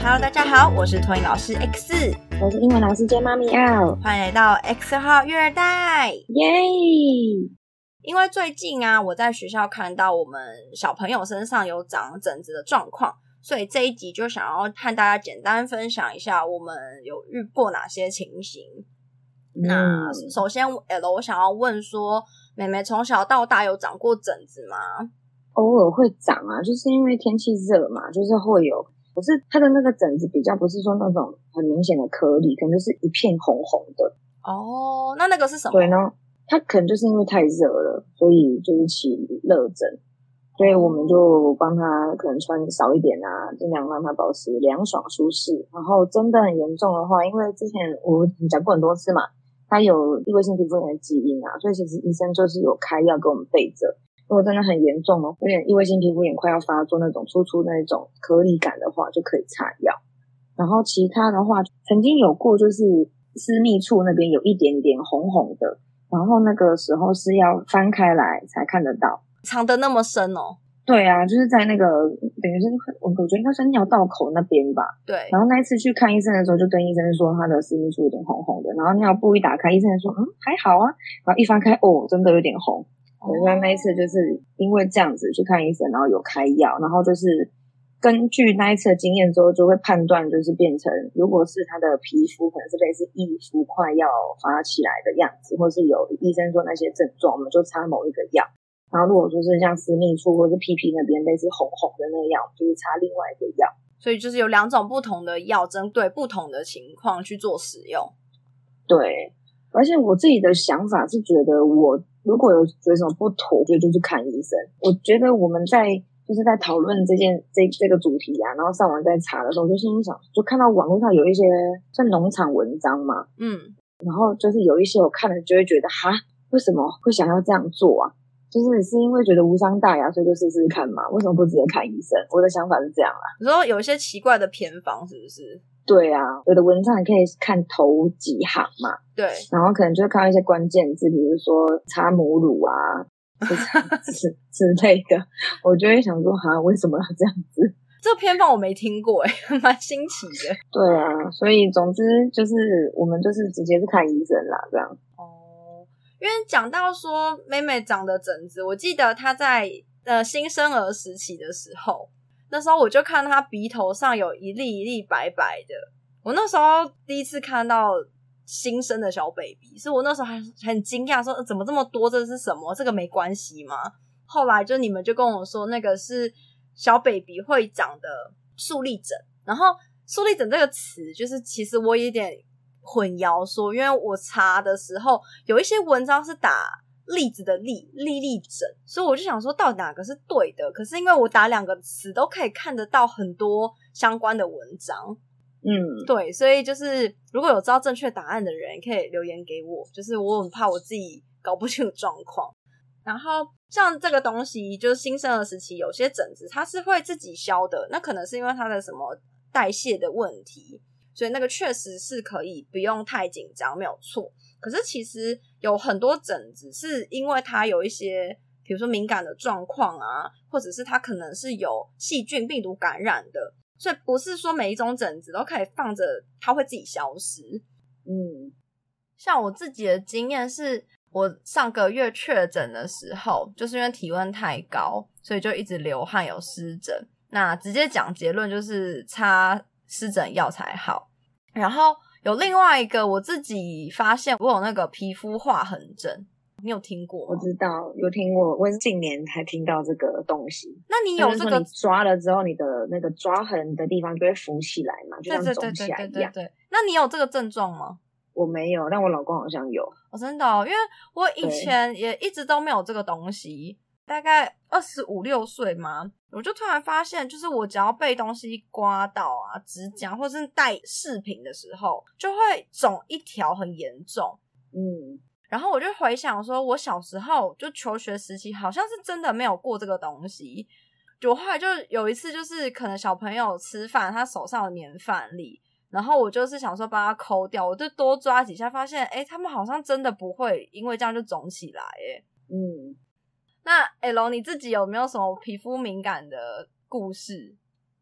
Hello， 大家好，我是托婴老师 X， 我是英文老师 J 妈咪奥， 欢迎来到 X 号育儿袋， 耶！ 因为最近啊，我在学校看到我们小朋友身上有长疹子的状况，所以这一集就想要和大家简单分享一下我们有遇过哪些情形。那首先 L 我想要问说，妹妹从小到大有长过疹子吗？ 偶尔会长啊，就是因为天气热嘛，就是会有，可是它的那个疹子比较不是说那种很明显的颗粒，可能就是一片红红的。 哦，那个是什么？ 对，然后它可能就是因为太热了，所以就是起热疹，所以我们就帮他可能穿少一点啊，尽量让他保持凉爽舒适。然后真的很严重的话，因为之前我讲过很多次嘛，他有异位性皮肤炎的基因啊，所以其实医生就是有开药给我们备着。如果真的很严重了，有点异位性皮肤炎快要发作那种粗粗那种颗粒感的话，就可以擦药。然后其他的话，曾经有过就是私密处那边有一点点红红的，然后那个时候是要翻开来才看得到， 藏得那么深哦。 对啊，就是在那个等于是我觉得应该是尿道口那边吧。 对。 然后那一次去看医生的时候，就跟医生说他的私密处有点红红的，然后尿布一打开，医生说还好啊，然后一翻开真的有点红。所以那一次就是因为这样子去看医生，然后有开药，然后就是根据那一次的经验之后，就会判断就是变成如果是他的皮肤可能是类似易肤快要发起来的样子，或是有医生说那些症状，我们就擦某一个药。然后如果说是像私密处或是屁屁那边类似红红的那个药，就是擦另外一个药。 所以就是有两种不同的药，针对不同的情况去做使用。 对，而且我自己的想法是觉得，我如果有觉得什么不妥，就去看医生。我觉得我们就是在讨论这个主题啊，然后上网在查的时候，我就心里想，就看到网络上有一些像农场文章嘛，然后就是有一些我看了就会觉得，哈，为什么会想要这样做啊？是因为觉得无伤大雅，所以就试试看嘛，为什么不直接看医生？我的想法是这样啦。 你说有一些奇怪的偏方是不是？ 对啊，有的文章你可以看头几行嘛，对，然后可能就会看到一些关键字，比如说擦母乳啊之类的，我就会想说为什么要这样子？ 这个偏方我没听过蛮新奇的。 对啊，所以总之就是我们就是直接是看医生啦，这样。 因为讲到说妹妹长的疹子，我记得她在新生儿时期的时候，那时候我就看她鼻头上有一粒一粒白白的，我那时候第一次看到新生的小 baby， 所以我那时候还很惊讶说怎么这么多，这是什么？这个没关系吗？后来就你们就跟我说那个是小 baby 会长的粟粒疹，然后粟粒疹这个词就是其实我有点混淆说，因为我查的时候有一些文章是打栗子的粒疹，所以我就想说到底哪个是对的，可是因为我打两个词都可以看得到很多相关的文章，对，所以就是如果有知道正确答案的人可以留言给我，就是我很怕我自己搞不清楚状况。然后像这个东西就是新生儿时期有些疹子它是会自己消的，那可能是因为它的什么代谢的问题，所以那个确实是可以不用太紧张，没有错。可是其实有很多疹子是因为它有一些比如说敏感的状况啊，或者是它可能是有细菌病毒感染的，所以不是说每一种疹子都可以放着它会自己消失。像我自己的经验是我上个月确诊的时候，就是因为体温太高，所以就一直流汗有湿疹，那直接讲结论就是擦湿疹药才好。然后有另外一个我自己发现我有那个皮肤划痕症，你有听过吗？ 我知道，有听过，我也是近年才听到这个东西。 那你有这个， 你抓了之后你的那个抓痕的地方就会浮起来嘛，就像肿起来一样。 对，那你有这个症状吗？ 我没有，但我老公好像有。 真的因为我以前也一直都没有这个东西，大概25、26岁嘛，我就突然发现就是我只要被东西刮到啊，指甲或是戴饰品的时候就会肿一条很严重。然后我就回想说我小时候就求学时期好像是真的没有过这个东西，就后来就有一次就是可能小朋友吃饭他手上有粘饭粒，然后我就是想说把它抠掉，我就多抓几下发现他们好像真的不会因为这样就肿起来那 L 你自己有没有什么皮肤敏感的故事？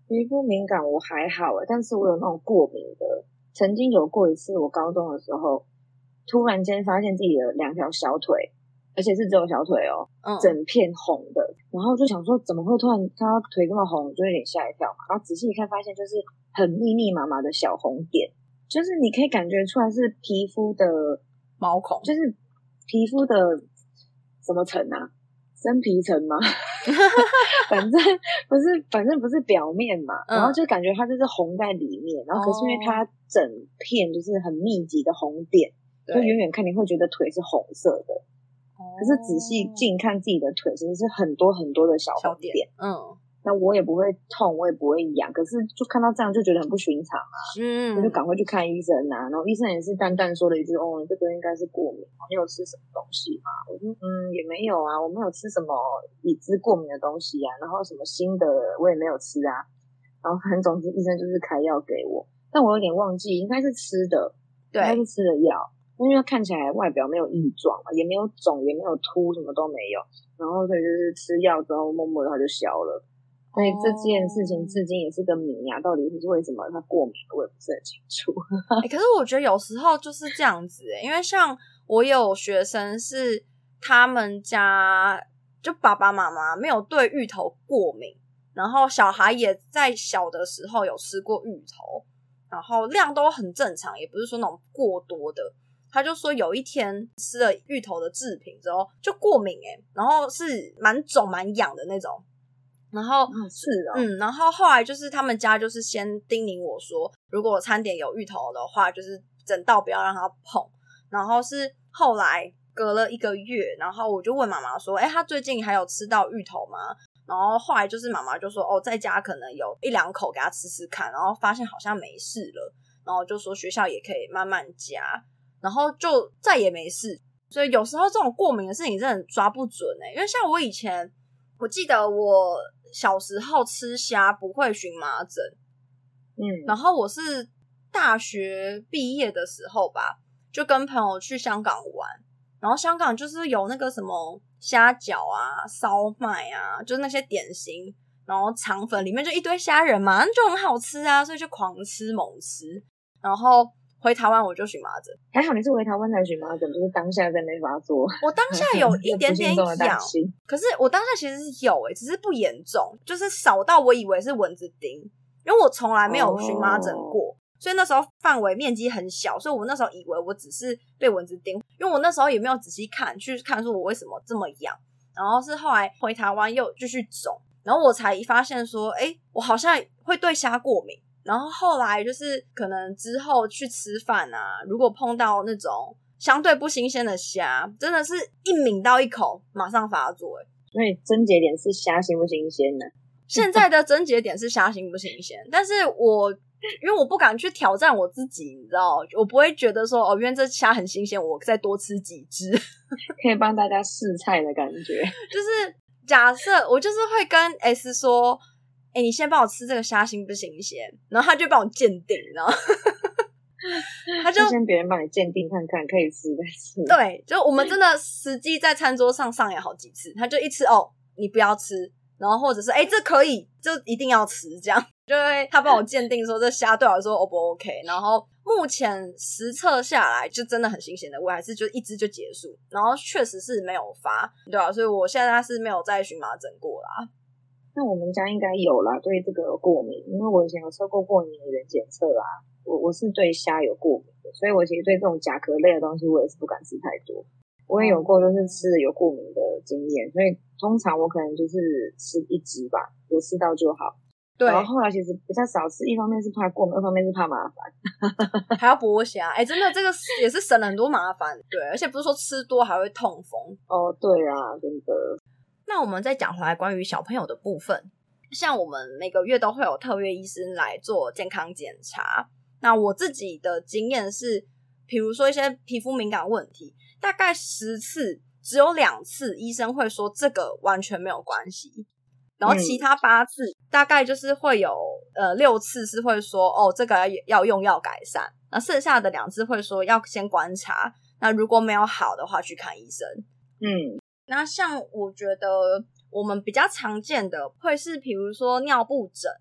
皮肤敏感我还好但是我有那种过敏的。曾经有过一次，我高中的时候，突然间发现自己的2条小腿，而且是只有小腿整片红的，然后就想说怎么会突然看到腿这么红，就有点吓一跳嘛。然后仔细一看，发现就是很密密麻麻的小红点，就是你可以感觉出来是皮肤的毛孔， 就是皮肤的什么层啊？真皮层吗？反正不是表面嘛，然后就感觉它就是红在里面，然后可是因为它整片就是很密集的红点，就远远看你会觉得腿是红色的，可是仔细近看自己的腿其实是很多很多的小红点。那我也不会痛，我也不会痒，可是就看到这样就觉得很不寻常啊，我就赶快去看医生啊。然后医生也是淡淡说了一句：“哦，你这个应该是过敏，你有吃什么东西吗？”我说：“也没有啊，我没有吃什么已知过敏的东西啊，然后什么新的我也没有吃啊。”然后反正总之医生就是开药给我，但我有点忘记应该是吃的，应该是吃的药，因为看起来外表没有异状嘛，也没有肿，也没有凸，什么都没有。然后所以就是吃药之后默默的它就消了。所以这件事情至今也是个谜啊，到底是为什么他过敏，我也不是很清楚。 可是我觉得有时候就是这样子因为像我有学生是他们家就爸爸妈妈没有对芋头过敏，然后小孩也在小的时候有吃过芋头，然后量都很正常，也不是说那种过多的。他就说有一天吃了芋头的制品之后就过敏然后是蛮肿蛮痒的那种。然后然后后来就是他们家就是先叮咛我说，如果餐点有芋头的话，就是整道不要让他碰。然后是后来隔了1个月，然后我就问妈妈说，他最近还有吃到芋头吗？然后后来就是妈妈就说，在家可能有1-2口给他吃吃看，然后发现好像没事了，然后就说学校也可以慢慢加，然后就再也没事。所以有时候这种过敏的事情真的抓不准因为像我以前，我记得我小时候吃虾不会荨麻疹，然后我是大学毕业的时候吧，就跟朋友去香港玩，然后香港就是有那个什么虾饺啊、烧麦啊，就是那些点心，然后肠粉里面就一堆虾仁嘛，就很好吃啊，所以就狂吃猛吃，然后回台湾我就荨麻疹。 还好你是回台湾才荨麻疹，就是当下在没发作。 我当下有一点点痒，可是我当下其实是有只是不严重，就是少到我以为是蚊子叮，因为我从来没有荨麻疹过，所以那时候范围面积很小，所以我那时候以为我只是被蚊子叮，因为我那时候也没有仔细去看说我为什么这么痒，然后是后来回台湾又继续肿，然后我才发现说我好像会对虾过敏。然后后来就是可能之后去吃饭啊，如果碰到那种相对不新鲜的虾，真的是一抿到一口马上发作所以症结点是虾新不新鲜呢？ 现在的症结点是虾新不新鲜，但是因为我不敢去挑战我自己，你知道，我不会觉得说因为这虾很新鲜，我再多吃几只， 可以帮大家试菜的感觉。 就是假设我就是会跟 S 说，你先帮我吃这个虾新不新鲜，然后他就帮我鉴定，然后他就先别人帮你鉴定看看可以吃再吃。 对，就我们真的实际在餐桌上上演好几次，他就一吃你不要吃，然后或者是这可以就一定要吃，这样就会他帮我鉴定说这虾对我来说 O 不 OK， 然后目前实测下来就真的很新鲜的，我还是就一只就结束，然后确实是没有发，对啊，所以我现在是没有再荨麻疹过啦。 那我们家应该有啦，对这个过敏，因为我以前有测过过敏原检测啊，我是对虾有过敏的，所以我其实对这种甲壳类的东西我也是不敢吃太多。我也有过就是吃的有过敏的经验，所以通常我可能就是吃1只吧，有吃到就好。对，然后后来其实比较少吃，一方面是怕过敏，二方面是怕麻烦， 还要剥虾，真的这个也是省了很多麻烦。对，而且不是说吃多还会痛风。 对啊，真的。 那我们再讲回来关于小朋友的部分，像我们每个月都会有特约医生来做健康检查。那我自己的经验是，比如说一些皮肤敏感问题，大概10次只有2次医生会说这个完全没有关系，然后其他8次大概就是会有6次是会说这个要用药改善，那剩下的2次会说要先观察，那如果没有好的话去看医生。那像我觉得我们比较常见的会是比如说尿布疹、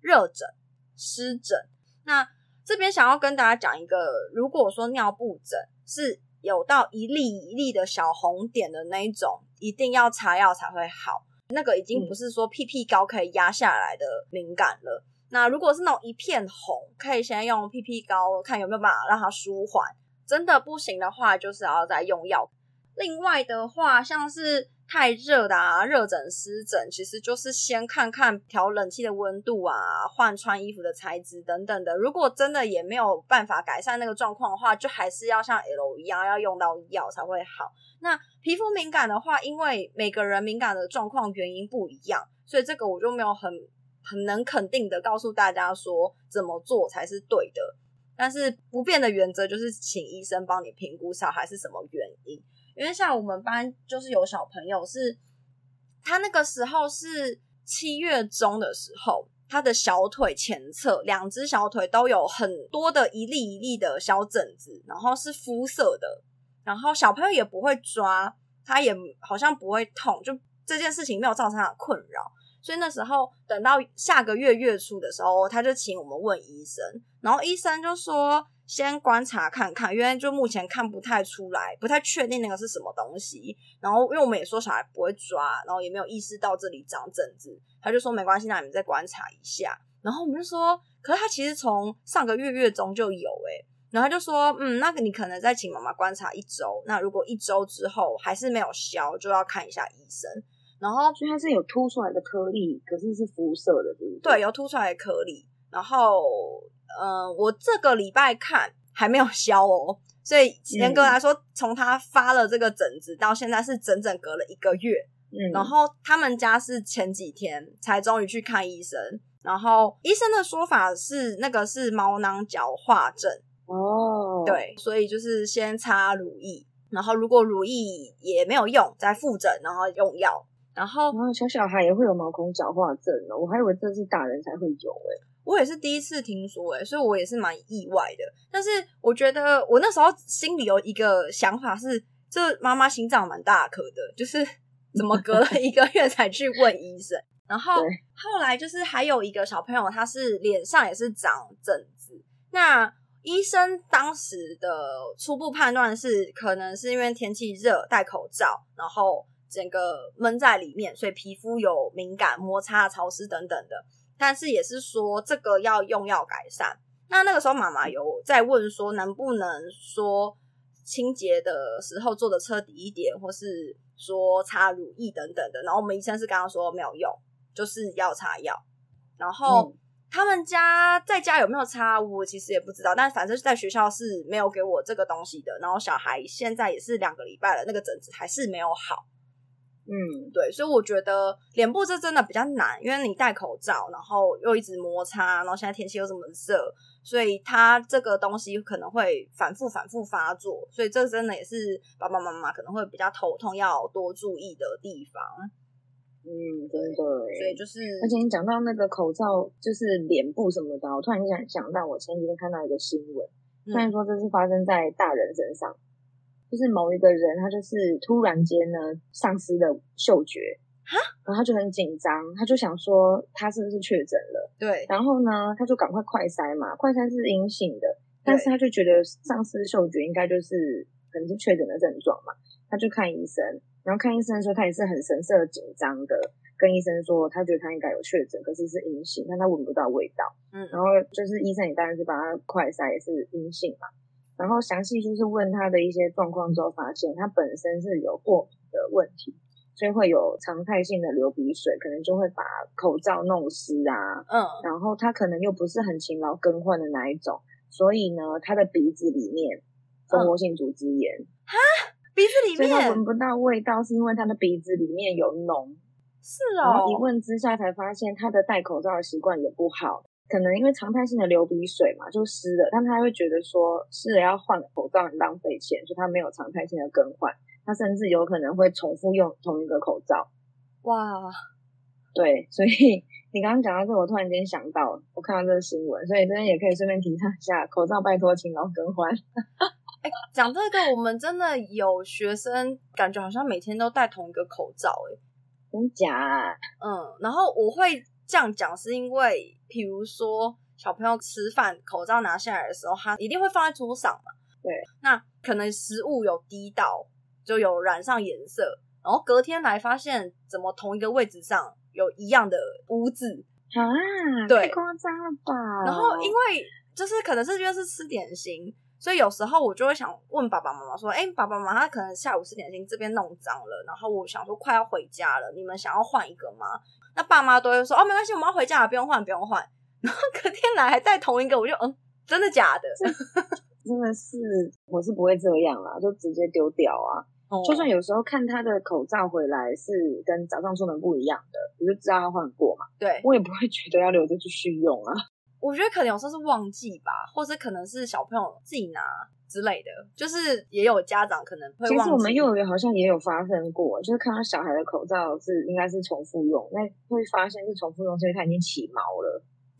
热疹、湿疹。那这边想要跟大家讲一个，如果说尿布疹是有到一粒一粒的小红点的那一种，一定要擦药才会好。那个已经不是说屁屁膏可以压下来的敏感了。那如果是那种一片红，可以先用屁屁膏看有没有办法让它舒缓。真的不行的话，就是要再用药。另外的话，像是太热的热疹、湿疹，其实就是先看看调冷气的温度啊，换穿衣服的材质等等的。如果真的也没有办法改善那个状况的话，就还是要像 L 一样要用到药才会好。那皮肤敏感的话，因为每个人敏感的状况原因不一样，所以这个我就没有很能肯定的告诉大家说怎么做才是对的。但是不变的原则就是请医生帮你评估小孩是什么原因。因为像我们班就是有小朋友是他那个时候是7月中的时候，他的小腿前侧2只小腿都有很多的一粒一粒的小疹子，然后是肤色的，然后小朋友也不会抓，他也好像不会痛，就这件事情没有造成他的困扰。所以那时候等到下个月月初的时候，他就请我们问医生，然后医生就说先观察看看，因为就目前看不太出来，不太确定那个是什么东西。然后因为我们也说小孩不会抓，然后也没有意识到这里长疹子，他就说没关系，那你们再观察一下。然后我们就说，可是他其实从上个月月中就有然后他就说那你可能再请妈妈观察1周，那如果1周之后还是没有消，就要看一下医生。然后所以它是有凸出来的颗粒，可是是肤色的，对不对？ 对，有凸出来的颗粒。然后我这个礼拜看还没有消所以严格来说从他发了这个疹子到现在是整整隔了1个月。然后他们家是前几天才终于去看医生，然后医生的说法是那个是毛囊角化症对，所以就是先擦乳液，然后如果乳液也没有用再复诊，然后用药。然后小孩也会有毛孔角化症我还以为这是大人才会有我也是第一次听说所以我也是蛮意外的。但是我觉得我那时候心里有一个想法是，这妈妈心脏蛮大颗的，就是怎么隔了1个月才去问医生。然后后来就是还有一个小朋友，他是脸上也是长疹子，那医生当时的初步判断是可能是因为天气热戴口罩，然后整个闷在里面，所以皮肤有敏感、摩擦、潮湿等等的。但是也是说这个要用药改善。那个时候妈妈有在问说能不能说清洁的时候做的彻底一点，或是说擦乳液等等的。然后我们医生是跟他说没有用，就是要擦药。然后他们家在家有没有擦我其实也不知道，但反正在学校是没有给我这个东西的。然后小孩现在也是2个礼拜了，那个疹子还是没有好。对，所以我觉得脸部这真的比较难，因为你戴口罩，然后又一直摩擦，然后现在天气又这么热，所以它这个东西可能会反复发作，所以这真的也是爸爸妈妈可能会比较头痛，要多注意的地方。 真的所以就是， 而且你讲到那个口罩，就是脸部什么的，我突然想到，我前几天看到一个新闻，虽然说这是发生在大人身上。就是某一个人，他就是突然间呢丧失了嗅觉，然后他就很紧张，他就想说他是不是确诊了？ 对， 然后呢他就赶快快筛嘛，快筛是阴性的，但是他就觉得丧失嗅觉应该就是可能是确诊的症状嘛，他就看医生，然后看医生的时候他也是很神色紧张的跟医生说他觉得他应该有确诊，可是是阴性，但他闻不到味道，然后就是医生也当然是把他快筛也是阴性嘛。然后详细就是问他的一些状况之后，发现他本身是有过敏的问题，所以会有常态性的流鼻水，可能就会把口罩弄湿啊。然后他可能又不是很勤劳更换的那一种，所以呢，他的鼻子里面蜂窝性组织炎。 鼻子里面， 所以他闻不到味道，是因为他的鼻子里面有脓。 是然后一问之下才发现，他的戴口罩的习惯也不好。可能因为常态性的流鼻水嘛，就湿了，但他会觉得说湿了要换口罩很浪费钱，所以他没有常态性的更换，他甚至有可能会重复用同一个口罩。 哇， 对，所以你刚刚讲到这，我突然间想到，我看到这个新闻，所以这边也可以顺便提倡一下，口罩拜托勤劳更换。 讲这个，我们真的有学生感觉好像每天都戴同一个口罩真假啊？ 然后我会这样讲是因为比如说小朋友吃饭口罩拿下来的时候，他一定会放在桌上嘛， 对， 那可能食物有滴到，就有染上颜色，然后隔天来发现怎么同一个位置上有一样的污渍啊， 对， 太夸张了吧。 然后因为就是可能是因为是吃点心，所以有时候我就会想问爸爸妈妈说，爸爸妈妈他可能下午吃点心这边弄脏了，然后我想说快要回家了，你们想要换一个吗？那爸妈都会说没关系，我们要回家了，不用换不用换。然后隔天来还带同一个，我就真的假的？ 真的是，我是不会这样啦，就直接丢掉啊。就算有时候看他的口罩回来是跟早上出门不一样的，我就知道他换过嘛， 对， 我也不会觉得要留着继续用啊。 我觉得可能有时候是忘记吧，或是可能是小朋友自己拿之类的，就是也有家长可能会忘记。 其实我们幼儿园好像也有发生过，就是看到小孩的口罩是应该是重复用，那会发现是重复用，所以他已经起毛了。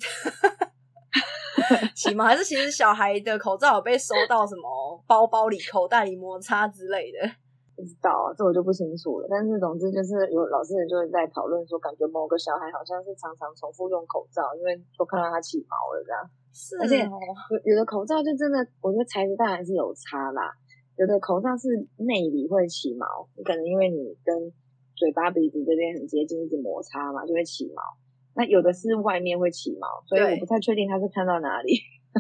起毛还是其实小孩的口罩有被收到什么包包里口袋里摩擦之类的， 不知道这我就不清楚了。但是总之就是有老师就会在讨论说，感觉某个小孩好像是常常重复用口罩，因为都看到他起毛了这样。 是， 而且有的口罩就真的，我觉得材质当然是有差啦。有的口罩是内里会起毛，你可能因为你跟嘴巴鼻子这边很接近，一直摩擦嘛，就会起毛。那有的是外面会起毛，所以我不太确定他是看到哪里。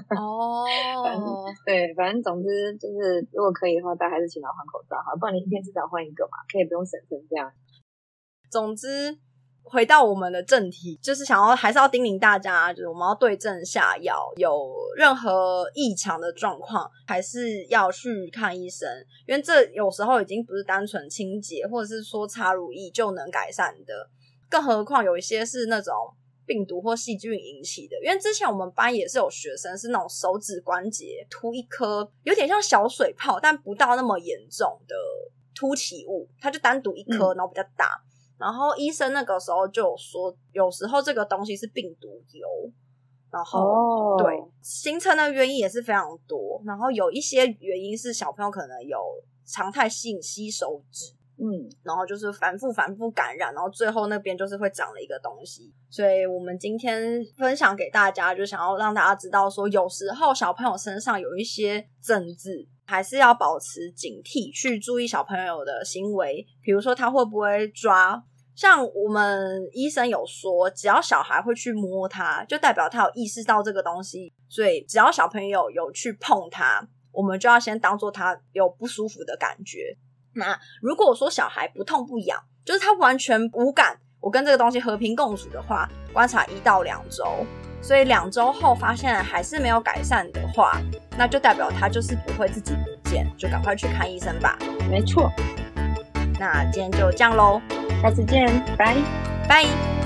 反正总之就是，如果可以的话，大家还是请他换口罩好，不然你一天至少换一个嘛，可以不用省成这样。 总之，回到我们的正题，就是还是要叮咛大家，就是我们要对症下药，有任何异常的状况，还是要去看医生，因为这有时候已经不是单纯清洁，或者是说擦乳液就能改善的。更何况有一些是那种病毒或细菌引起的，因为之前我们班也是有学生是那种手指关节凸一颗有点像小水泡但不到那么严重的凸起物，它就单独一颗然后比较大，然后医生那个时候就有说有时候这个东西是病毒疣，然后对形成的原因也是非常多，然后有一些原因是小朋友可能有常态性吸手指，然后就是反复感染，然后最后那边就是会长了一个东西。所以我们今天分享给大家，就想要让大家知道说，有时候小朋友身上有一些疹子，还是要保持警惕，去注意小朋友的行为，比如说他会不会抓，像我们医生有说，只要小孩会去摸它，就代表他有意识到这个东西，所以只要小朋友有去碰它，我们就要先当作他有不舒服的感觉。那如果说小孩不痛不痒，就是他完全无感，我跟这个东西和平共处的话，观察1到2周，所以2周后发现还是没有改善的话，那就代表他就是不会自己不见，就赶快去看医生吧。 没错， 那今天就这样咯， 下次见，拜拜。